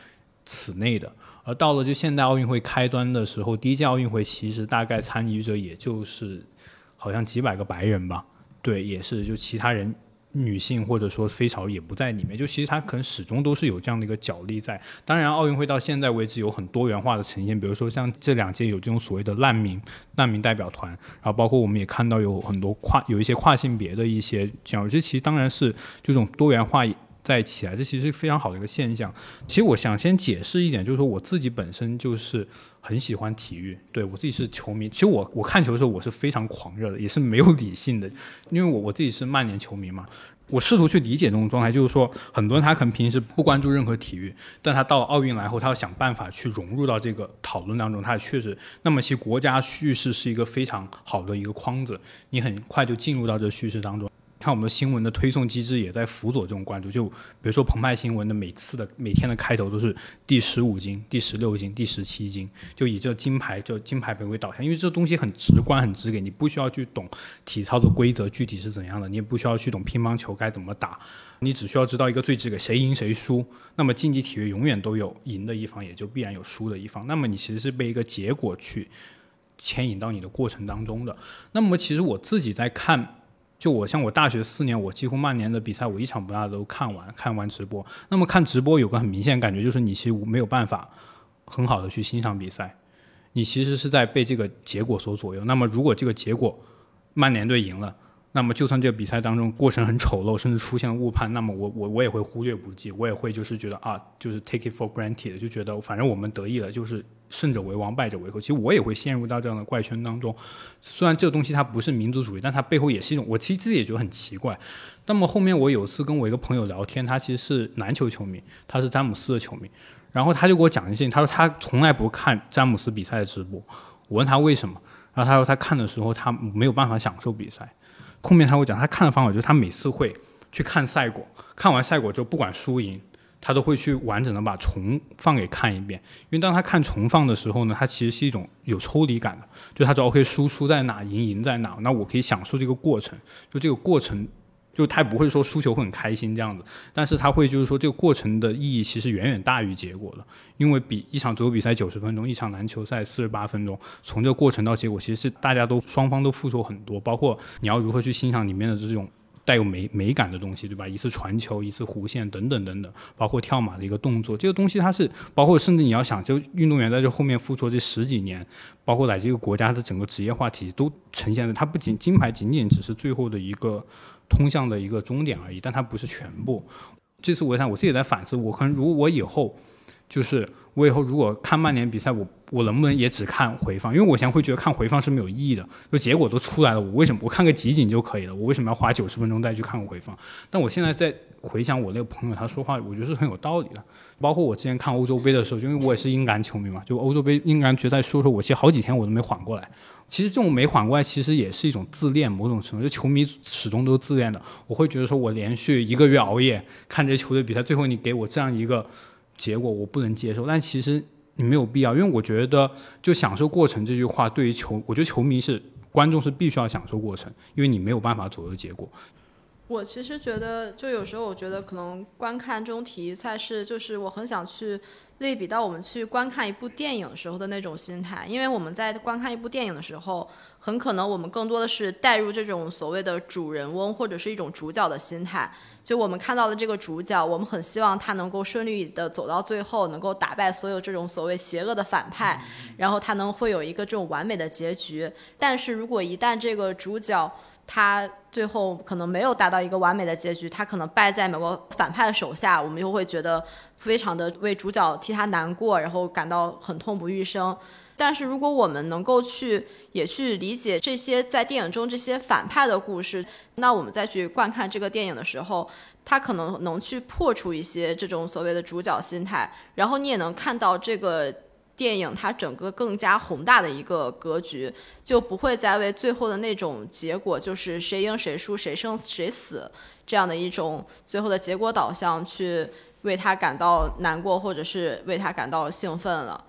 此内的。而到了就现代奥运会开端的时候，第一届奥运会其实大概参与者也就是好像几百个白人吧，对，也是就其他人女性或者说非潮也不在里面，就其实它可能始终都是有这样的一个角力在。当然奥运会到现在为止有很多元化的呈现，比如说像这2届有这种所谓的难民代表团，然后包括我们也看到有很多有一些跨性别的一些这样，这其实当然是这种多元化在起来，这其实是非常好的一个现象。其实我想先解释一点，就是说我自己本身就是很喜欢体育，对，我自己是球迷。其实我看球的时候我是非常狂热的，也是没有理性的，因为我自己是曼联球迷嘛。我试图去理解这种状态，就是说很多人他可能平时不关注任何体育，但他到了奥运来后，他要想办法去融入到这个讨论当中，他也确实，那么其实国家叙事是一个非常好的一个框子，你很快就进入到这个叙事当中。看我们的新闻的推送机制也在辅佐这种关注，就比如说澎湃新闻的每天的开头都是第15金、第16金、第17金，就以这金牌为导向，因为这东西很直观很直给，你不需要去懂体操的规则具体是怎样的，你也不需要去懂乒乓球该怎么打，你只需要知道一个最直给谁赢谁输。那么竞技体育永远都有赢的一方，也就必然有输的一方，那么你其实是被一个结果去牵引到你的过程当中的。那么其实我自己在看，就我像我大学4年，我几乎曼联的比赛我一场不落都看完直播。那么看直播有个很明显的感觉，就是你其实没有办法很好的去欣赏比赛，你其实是在被这个结果所左右。那么如果这个结果曼联队赢了，那么就算这个比赛当中过程很丑陋，甚至出现了误判，那么我也会忽略不计，我也会就是觉得就是 take it for granted， 就觉得反正我们得意了，就是胜者为王败者为寇。其实我也会陷入到这样的怪圈当中，虽然这个东西它不是民族主义，但它背后也是一种，我其实自己也觉得很奇怪。那么后面我有次跟我一个朋友聊天，他其实是篮球球迷，他是詹姆斯的球迷，然后他就给我讲一件事情，他说他从来不看詹姆斯比赛的直播，我问他为什么，然后他说他看的时候他没有办法享受比赛。后面他会讲他看的方法就是他每次会去看赛果，看完赛果就不管输赢他都会去完整的把重放给看一遍，因为当他看重放的时候呢，他其实是一种有抽离感的，就他知道 OK 输在哪，赢在哪，那我可以享受这个过程，就这个过程就他不会说输球会很开心这样子，但是他会就是说这个过程的意义其实远远大于结果的，因为比一场足球比赛90分钟，一场篮球赛48分钟，从这个过程到结果其实是大家都双方都付出很多，包括你要如何去欣赏里面的这种带有美感的东西，对吧？一次传球，一次弧线等等等等，包括跳马的一个动作，这个东西它是包括甚至你要想，就运动员在这后面付出这10几年，包括来这个国家的整个职业化体系都呈现的，它不仅金牌仅仅只是最后的一个通向的一个终点而已，但它不是全部。这次我想我自己也在反思，我可能如果我以后如果看曼联比赛，我能不能也只看回放？因为我以前会觉得看回放是没有意义的，就结果都出来了，我看个集锦就可以了，我为什么要花90分钟再去看个回放？但我现在在回想我那个朋友他说话，我觉得是很有道理的。包括我之前看欧洲杯的时候，因为我也是英格兰球迷嘛，就欧洲杯英格兰决赛输的时候，我其实好几天我都没缓过来。其实这种没缓过来，其实也是一种自恋，某种程度，就球迷始终都是自恋的。我会觉得说，我连续1个月熬夜看这些球队比赛，最后你给我这样一个结果，我不能接受。但其实你没有必要，因为我觉得就享受过程这句话，对于我觉得球迷观众是必须要享受过程，因为你没有办法左右结果。 我其实觉得，就有时候我觉得可能观看这种体育赛事，就是我很想去类比到我们去观看一部电影时候的那种心态，因为我们在观看一部电影的时候，很可能我们更多的是带入这种所谓的主人翁或者是一种主角的心态，就我们看到的这个主角，我们很希望他能够顺利的走到最后，能够打败所有这种所谓邪恶的反派，然后他会有一个这种完美的结局。但是如果一旦这个主角他最后可能没有达到一个完美的结局，他可能败在某个反派的手下，我们就会觉得非常的为主角替他难过，然后感到很痛不欲生。但是如果我们能够也去理解这些在电影中这些反派的故事，那我们再去观看这个电影的时候，他可能能去破除一些这种所谓的主角心态，然后你也能看到这个电影它整个更加宏大的一个格局，就不会再为最后的那种结果，就是谁赢谁输谁生谁死这样的一种最后的结果导向去为他感到难过或者是为他感到兴奋了。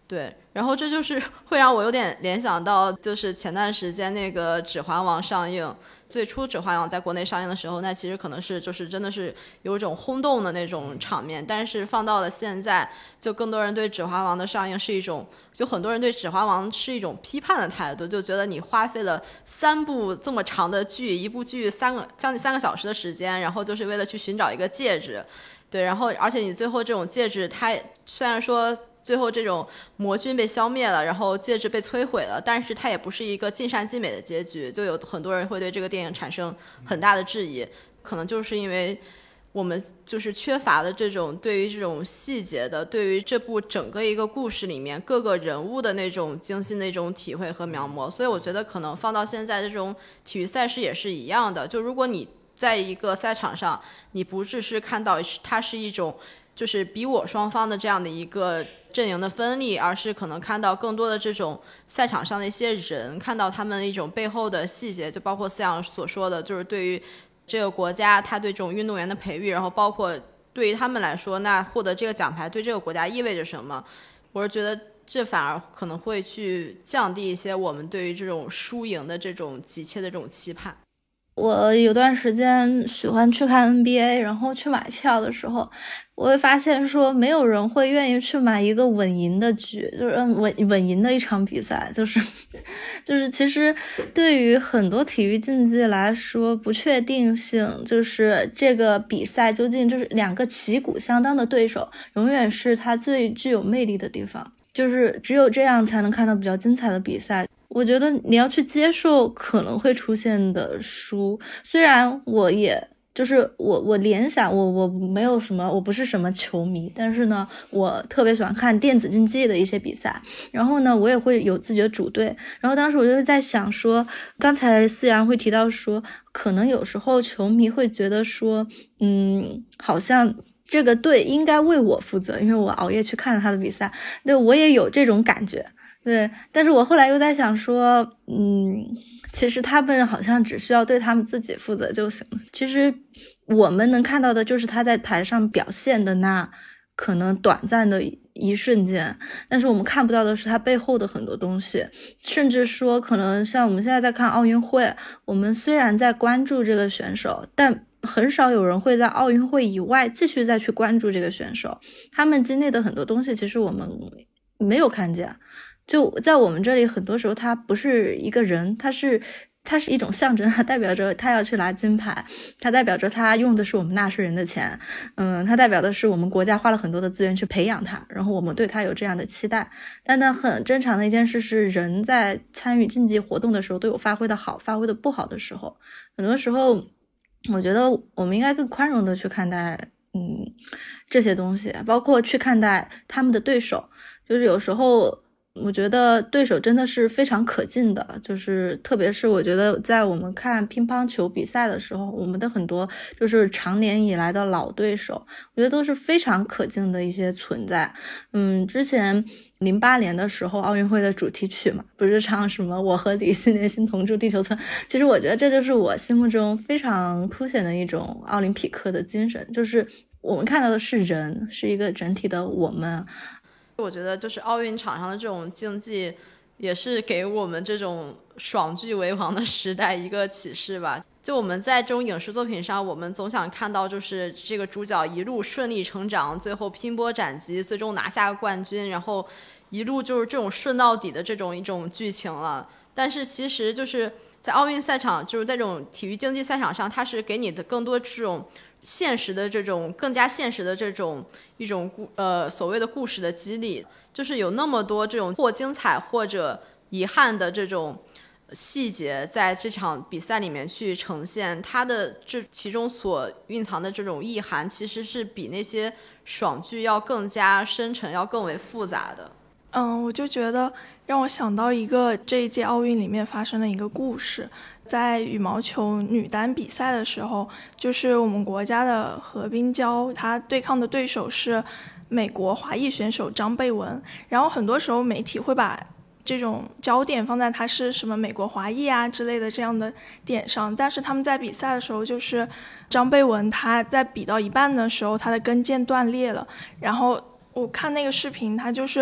对，然后这就是会让我有点联想到，就是前段时间那个《指环王》上映，最初《指环王》在国内上映的时候，那其实可能是就是真的是有一种轰动的那种场面，但是放到了现在，就更多人对《指环王》的上映是一种，就很多人对《指环王》是一种批判的态度，就觉得你花费了3部这么长的剧，一部剧将近3个小时的时间，然后就是为了去寻找一个戒指，对，然后而且你最后这种戒指，它虽然说最后这种魔君被消灭了，然后戒指被摧毁了，但是它也不是一个尽善尽美的结局，就有很多人会对这个电影产生很大的质疑，可能就是因为我们就是缺乏了这种对于这种细节的，对于这部整个一个故事里面各个人物的那种精心的一种体会和描摹，所以我觉得可能放到现在的这种体育赛事也是一样的，就如果你在一个赛场上，你不只是看到它是一种就是比我双方的这样的一个阵营的分立，而是可能看到更多的这种赛场上的一些人，看到他们的一种背后的细节，就包括思阳所说的，就是对于这个国家他对这种运动员的培育，然后包括对于他们来说，那获得这个奖牌对这个国家意味着什么，我是觉得这反而可能会去降低一些我们对于这种输赢的这种急切的这种期盼。 我有段时间喜欢去看 NBA， 然后去买票的时候，我会发现说没有人会愿意去买一个稳赢的局，就是稳赢的一场比赛，就是其实对于很多体育竞技来说，不确定性就是这个比赛究竟就是2个旗鼓相当的对手，永远是它最具有魅力的地方，就是只有这样才能看到比较精彩的比赛。我觉得你要去接受可能会出现的输，虽然我也就是我联想我没有什么，我不是什么球迷，但是呢我特别喜欢看电子竞技的一些比赛，然后呢我也会有自己的主队，然后当时我就在想说，刚才思阳会提到说可能有时候球迷会觉得说好像这个队应该为我负责，因为我熬夜去看了他的比赛，对，我也有这种感觉，对，但是我后来又在想说其实他们好像只需要对他们自己负责就行了，其实我们能看到的就是他在台上表现的那可能短暂的一瞬间，但是我们看不到的是他背后的很多东西，甚至说可能像我们现在在看奥运会，我们虽然在关注这个选手，但很少有人会在奥运会以外继续再去关注这个选手，他们经历的很多东西其实我们没有看见，就在我们这里很多时候他不是一个人，他是一种象征，它代表着他要去拿金牌，它代表着他用的是我们纳税人的钱，它代表的是我们国家花了很多的资源去培养他，然后我们对他有这样的期待。但那很正常的一件事是，人在参与竞技活动的时候都有发挥的好发挥的不好的时候，很多时候我觉得我们应该更宽容的去看待这些东西，包括去看待他们的对手，就是有时候我觉得对手真的是非常可敬的，就是特别是我觉得在我们看乒乓球比赛的时候，我们的很多就是长年以来的老对手，我觉得都是非常可敬的一些存在。之前08年的时候奥运会的主题曲嘛，不是唱什么我和李希年心同住地球村，其实我觉得这就是我心目中非常凸显的一种奥林匹克的精神，就是我们看到的是人，是一个整体的我们。 我觉得就是奥运场上的这种竞技也是给我们这种爽剧为王的时代一个启示吧，就我们在这种影视作品上，我们总想看到就是这个主角一路顺利成长，最后拼搏斩棘，最终拿下冠军，然后一路就是这种顺到底的这种一种剧情了。但是其实就是在奥运赛场，就是在这种体育竞技赛场上，它是给你的更多这种现实的这种更加现实的这种一种所谓的故事的激励，就是有那么多这种或精彩或者遗憾的这种细节在这场比赛里面去呈现，它的这其中所蕴藏的这种意涵其实是比那些爽剧要更加深沉，要更为复杂的。 我就觉得让我想到一个这一届奥运里面发生的一个故事，在羽毛球女单比赛的时候，就是我们国家的何冰娇，她对抗的对手是美国华裔选手张贝文，然后很多时候媒体会把这种焦点放在她是什么美国华裔啊之类的这样的点上，但是他们在比赛的时候，就是张贝文她在比到一半的时候，她的跟腱断裂了，然后我看那个视频，她就是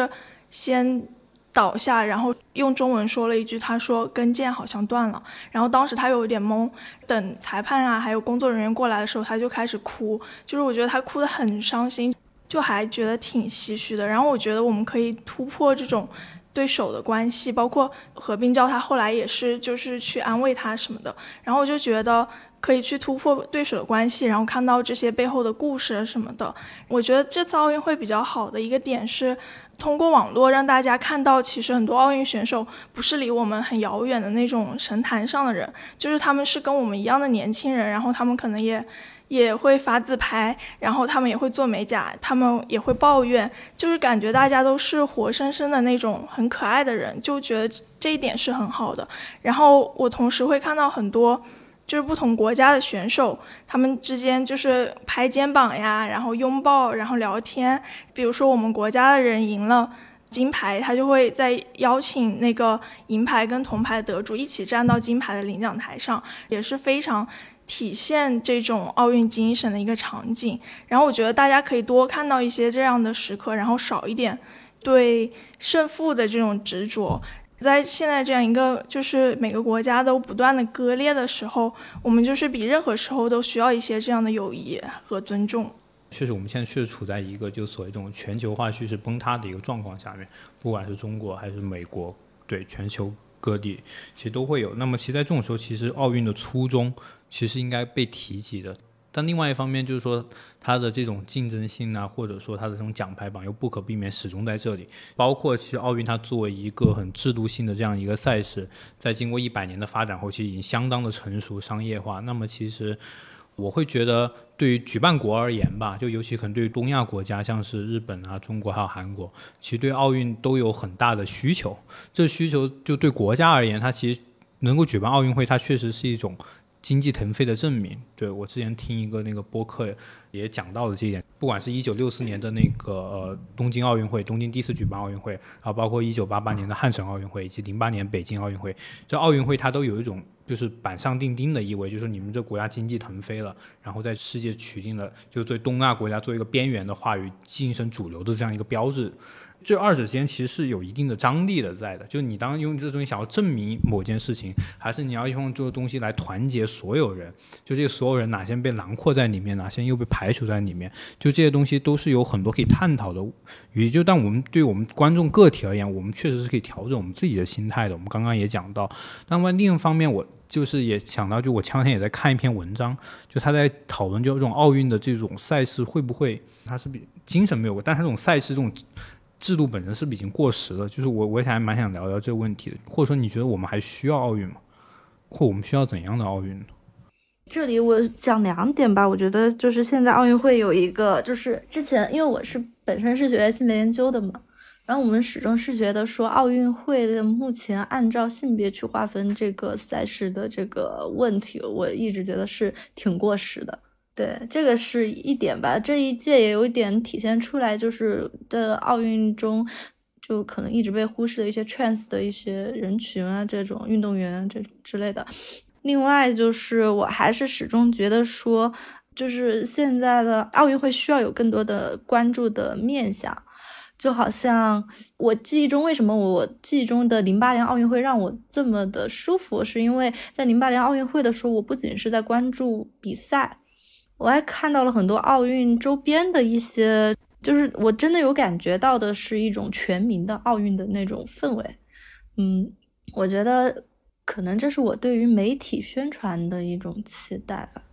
先倒下，然后用中文说了一句，他说跟腱好像断了，然后当时他有一点懵，等裁判啊还有工作人员过来的时候，他就开始哭，就是我觉得他哭得很伤心，就还觉得挺唏嘘的。然后我觉得我们可以突破这种对手的关系，包括何冰娇他后来也是就是去安慰他什么的，然后我就觉得可以去突破对手的关系，然后看到这些背后的故事什么的。我觉得这次奥运会比较好的一个点是通过网络让大家看到，其实很多奥运选手不是离我们很遥远的那种神坛上的人，就是他们是跟我们一样的年轻人，然后他们可能也会发自拍，然后他们也会做美甲，他们也会抱怨，就是感觉大家都是活生生的那种很可爱的人，就觉得这一点是很好的。然后我同时会看到很多就是不同国家的选手，他们之间就是拍肩膀呀，然后拥抱，然后聊天。比如说我们国家的人赢了金牌，他就会再邀请那个银牌跟铜牌得主一起站到金牌的领奖台上，也是非常体现这种奥运精神的一个场景。然后我觉得大家可以多看到一些这样的时刻，然后少一点对胜负的这种执着。在现在这样一个就是每个国家都不断的割裂的时候，我们就是比任何时候都需要一些这样的友谊和尊重。 确实我们现在确实处在一个就所谓这种全球化叙事崩塌的一个状况下面，不管是中国还是美国，对全球各地其实都会有。那么其实在这种时候，其实奥运的初衷其实应该被提及的，但另外一方面就是说它的这种竞争性啊，或者说它的这种奖牌榜又不可避免始终在这里。包括其实奥运它作为一个很制度性的这样一个赛事，在经过100年的发展后，其实已经相当的成熟商业化。那么其实我会觉得对于举办国而言吧，就尤其可能对于东亚国家，像是日本啊、中国还有韩国，其实对奥运都有很大的需求。这需求就对国家而言，它其实能够举办奥运会，它确实是一种经济腾飞的证明。对，我之前听一个那个播客也讲到了这一点，不管是1964年的那个东京奥运会，东京第一次举办奥运会，然后包括1988年的汉城奥运会以及08年北京奥运会，这奥运会它都有一种就是板上钉钉的意味，就是你们这国家经济腾飞了，然后在世界取定了就对东亚国家做一个边缘的话语晋升主流的这样一个标志。这二者之间其实是有一定的张力的在的，就你当用这东西想要证明某件事情，还是你要用这个东西来团结所有人，就这些所有人哪些被囊括在里面，哪些又被排除在里面，就这些东西都是有很多可以探讨的。也就但我们对我们观众个体而言，我们确实是可以调整我们自己的心态的，我们刚刚也讲到。但另一方面我就是也想到，就我前两天也在看一篇文章，就他在讨论就这种奥运的这种赛事会不会它是比精神没有过，但它这种赛事这种制度本身是不是已经过时了？就是我也还蛮想聊聊这个问题的，或者说你觉得我们还需要奥运吗？或我们需要怎样的奥运呢？ 这里我讲2点吧。我觉得就是现在奥运会有一个，就是之前因为我是本身是学性别研究的嘛，然后我们始终是觉得说奥运会的目前按照性别去划分这个赛事的这个问题，我一直觉得是挺过时的。对，这个是一点吧。这一届也有一点体现出来，就是在奥运中就可能一直被忽视的一些 trans 的一些人群啊，这种运动员这之类的。另外就是我还是始终觉得说，就是现在的奥运会需要有更多的关注的面向。就好像我记忆中，为什么我记忆中的08年奥运会让我这么的舒服，是因为在08年奥运会的时候，我不仅是在关注比赛，我还看到了很多奥运周边的一些，就是我真的有感觉到的是一种全民的奥运的那种氛围。我觉得可能这是我对于媒体宣传的一种期待吧。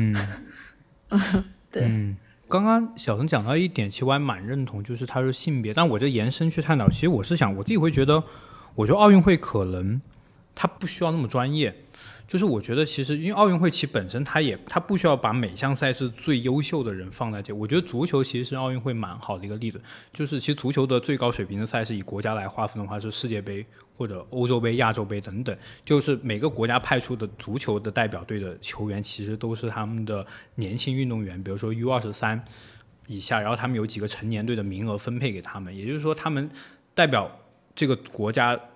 对。刚刚小陈讲到一点，其实我还蛮认同，就是他说性别，但我就延伸去探讨，其实我是想我自己会觉得，我觉得奥运会可能它不需要那么专业。就是我觉得其实因为奥运会其实本身它不需要把每项赛事最优秀的人放在这。我觉得足球其实是奥运会蛮好的一个例子，就是其实足球的最高水平的赛事以国家来划分的话是世界杯或者欧洲杯、亚洲杯等等，就是每个国家派出的足球的代表队的球员其实都是他们的年轻运动员，比如说 U23 以下，然后他们有几个成年队的名额分配给他们，也就是说他们代表这个国家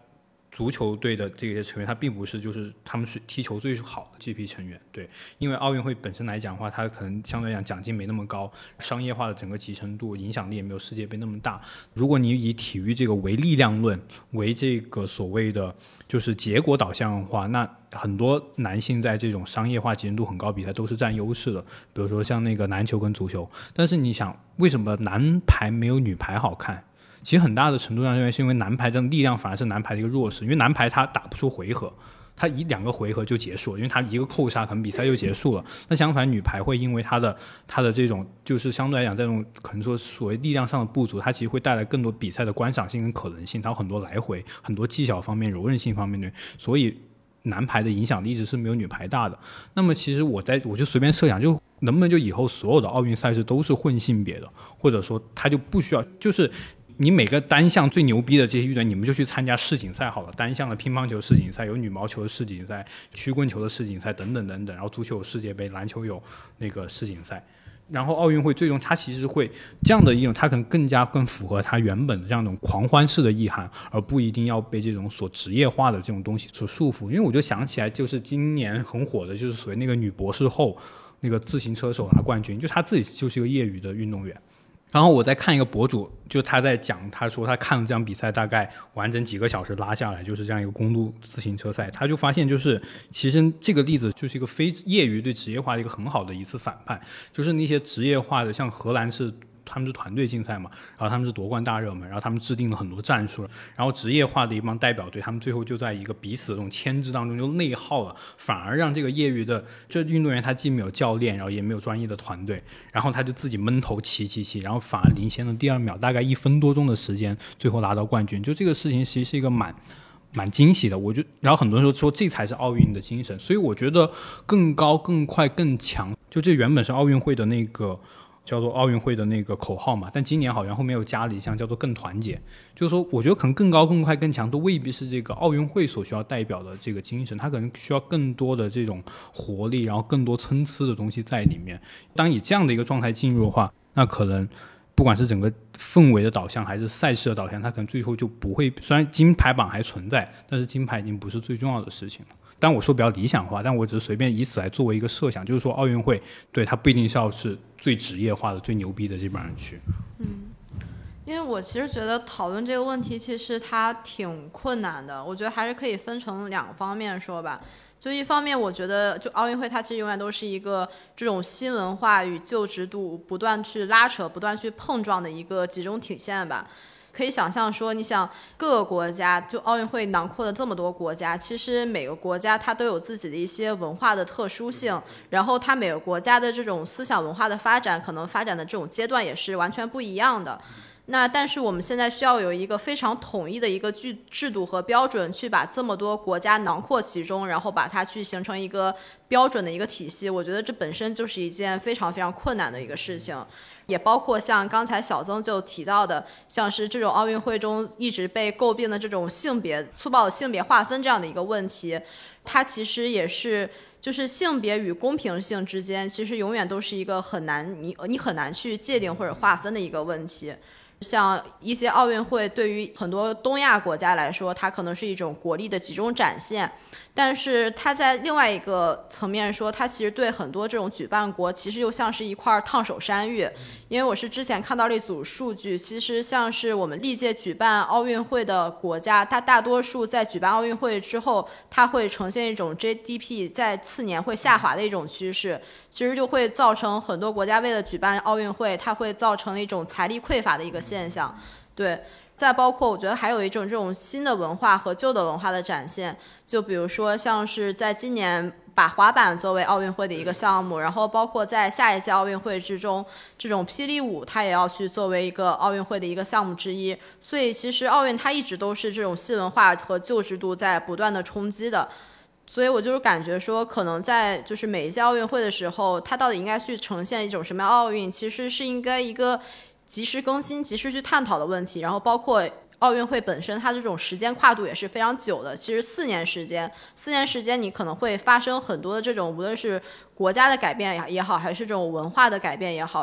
足球队的这些成员，他并不是就是他们是踢球最好的这批成员，对，因为奥运会本身来讲的话，它可能相对来讲奖金没那么高，商业化的整个集成度、影响力也没有世界杯那么大。如果你以体育这个为力量论，为这个所谓的就是结果导向的话，那很多男性在这种商业化集成度很高比赛都是占优势的，比如说像那个篮球跟足球。但是你想，为什么男排没有女排好看？其实很大的程度上认为是因为男排的力量反而是男排的一个弱势，因为男排他打不出回合，他1-2个回合就结束了，因为他一个扣杀可能比赛就结束了。那相反女排会因为他的这种就是相对来讲这种可能说所谓力量上的不足，它其实会带来更多比赛的观赏性跟可能性，它有很多来回，很多技巧方面、柔韧性方面的，所以男排的影响力一直是没有女排大的。那么其实我就随便设想，就能不能就以后所有的奥运赛事都是混性别的，或者说他就不需要，就是你每个单项最牛逼的这些运动员，你们就去参加世锦赛好了。单项的乒乓球世锦赛，有羽毛球的世锦赛，曲棍球的世锦赛等等等等，然后足球有世界杯，篮球有那个世锦赛。然后奥运会最终它其实会这样的一种，它可能更符合它原本的这样一种狂欢式的意涵，而不一定要被这种所职业化的这种东西所束缚。因为我就想起来，就是今年很火的，就是所谓那个女博士后那个自行车手拿冠军，就她自己就是一个业余的运动员。然后我在看一个博主，就他在讲，他说他看了这场比赛，大概完整几个小时拉下来，就是这样一个公路自行车赛，他就发现就是其实这个例子就是一个非业余对职业化的一个很好的一次反叛，就是那些职业化的，像荷兰是他们是团队竞赛嘛，然后他们是夺冠大热门，然后他们制定了很多战术，然后职业化的一帮代表队，他们最后就在一个彼此的这种牵制当中就内耗了，反而让这个业余的这运动员他既没有教练，然后也没有专业的团队，然后他就自己闷头骑，然后反而领先了第2秒，大概1分多钟的时间，最后拿到冠军。就这个事情其实是一个蛮惊喜的，然后很多人说这才是奥运的精神，所以我觉得更高、更快、更强，就这原本是奥运会的那个。叫做奥运会的那个口号嘛，但今年好像后面又加了一项叫做更团结，就是说我觉得可能更高更快更强都未必是这个奥运会所需要代表的这个精神，它可能需要更多的这种活力，然后更多参差的东西在里面。当以这样的一个状态进入的话，那可能不管是整个氛围的导向还是赛事的导向，它可能最后就不会，虽然金牌榜还存在，但是金牌已经不是最重要的事情了。但我说比较理想化，但我只是随便以此来作为一个设想，就是说奥运会对它不一定是要是最职业化的最牛逼的这帮人去。 因为我其实觉得讨论这个问题其实它挺困难的，我觉得还是可以分成2个方面说吧。就一方面我觉得就奥运会它其实永远都是一个这种新文化与旧制度不断去拉扯不断去碰撞的一个集中体现吧。可以想象说，你想各个国家，就奥运会囊括了这么多国家，其实每个国家它都有自己的一些文化的特殊性，然后它每个国家的这种思想文化的发展，可能发展的这种阶段也是完全不一样的。那但是我们现在需要有一个非常统一的一个制度和标准，去把这么多国家囊括其中，然后把它去形成一个标准的一个体系。我觉得这本身就是一件非常非常困难的一个事情。也包括像刚才小曾就提到的，像是这种奥运会中一直被诟病的这种粗暴的性别划分这样的一个问题，它其实也是就是性别与公平性之间其实永远都是一个很难你很难去界定或者划分的一个问题。像一些奥运会对于很多东亚国家来说，它可能是一种国力的集中展现，但是它在另外一个层面说，它其实对很多这种举办国其实又像是一块烫手山芋。因为我是之前看到了一组数据，其实像是我们历届举办奥运会的国家，它大多数在举办奥运会之后，它会呈现一种 GDP 在次年会下滑的一种趋势，其实就会造成很多国家为了举办奥运会，它会造成一种财力匮乏的一个现象。对，再包括我觉得还有一种这种新的文化和旧的文化的展现，就比如说像是在今年把滑板作为奥运会的一个项目，然后包括在下一届奥运会之中，这种霹雳舞它也要去作为一个奥运会的一个项目之一。所以其实奥运它一直都是这种新文化和旧制度在不断的冲击的。所以我就是感觉说，可能在就是每一届奥运会的时候，它到底应该去呈现一种什么样奥运，其实是应该一个及时更新、及时去探讨的问题。然后包括奥运会本身，它这种时间跨度也是非常久的。其实4年时间，你可能会发生很多的这种，无论是国家的改变也好，还是这种文化的改变也好。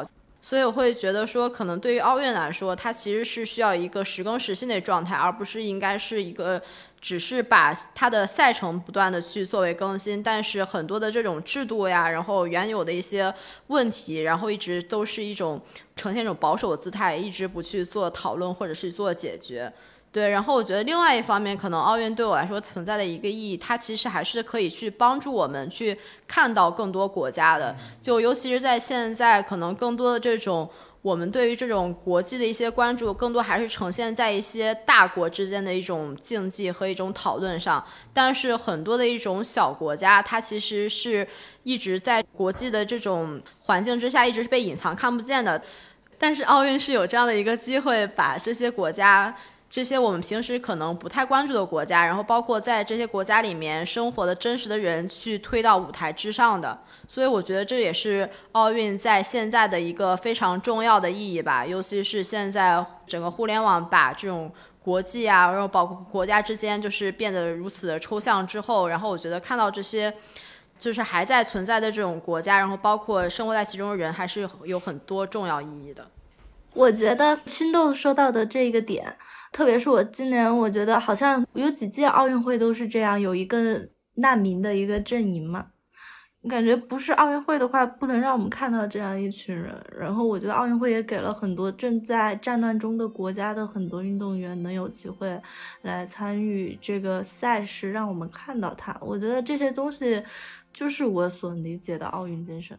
所以我会觉得说，可能对于奥运来说，它其实是需要一个时更时新的状态，而不是应该是一个只是把它的赛程不断的去作为更新，但是很多的这种制度呀，然后原有的一些问题，然后一直都是一种呈现一种保守的姿态，一直不去做讨论或者是做解决。对，然后我觉得另外一方面，可能奥运对我来说存在的一个意义，它其实还是可以去帮助我们去看到更多国家的，就尤其是在现在，可能更多的这种我们对于这种国际的一些关注，更多还是呈现在一些大国之间的一种竞技和一种讨论上，但是很多的一种小国家，它其实是一直在国际的这种环境之下，一直是被隐藏看不见的。但是奥运是有这样的一个机会，把这些国家，这些我们平时可能不太关注的国家，然后包括在这些国家里面生活的真实的人去推到舞台之上的，所以我觉得这也是奥运在现在的一个非常重要的意义吧。尤其是现在整个互联网把这种国际啊，然后包括国家之间就是变得如此的抽象之后，然后我觉得看到这些就是还在存在的这种国家，然后包括生活在其中的人，还是有很多重要意义的。 我觉得新豆说到的这个点，特别是我今年我觉得好像有几届奥运会都是这样，有一个难民的一个阵营嘛，感觉不是奥运会的话不能让我们看到这样一群人。然后我觉得奥运会也给了很多正在战乱中的国家的很多运动员能有机会来参与这个赛事，让我们看到它。我觉得这些东西就是我所理解的奥运精神。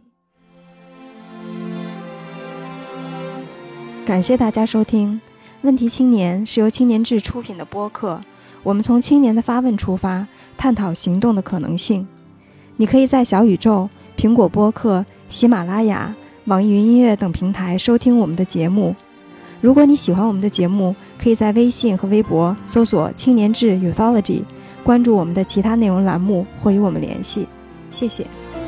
感谢大家收听问题青年，是由青年志出品的播客，我们从青年的发问出发，探讨行动的可能性。你可以在小宇宙、苹果播客、喜马拉雅、网易云音乐等平台收听我们的节目。如果你喜欢我们的节目，可以在微信和微博搜索青年志 Youthology， 关注我们的其他内容栏目或与我们联系。谢谢。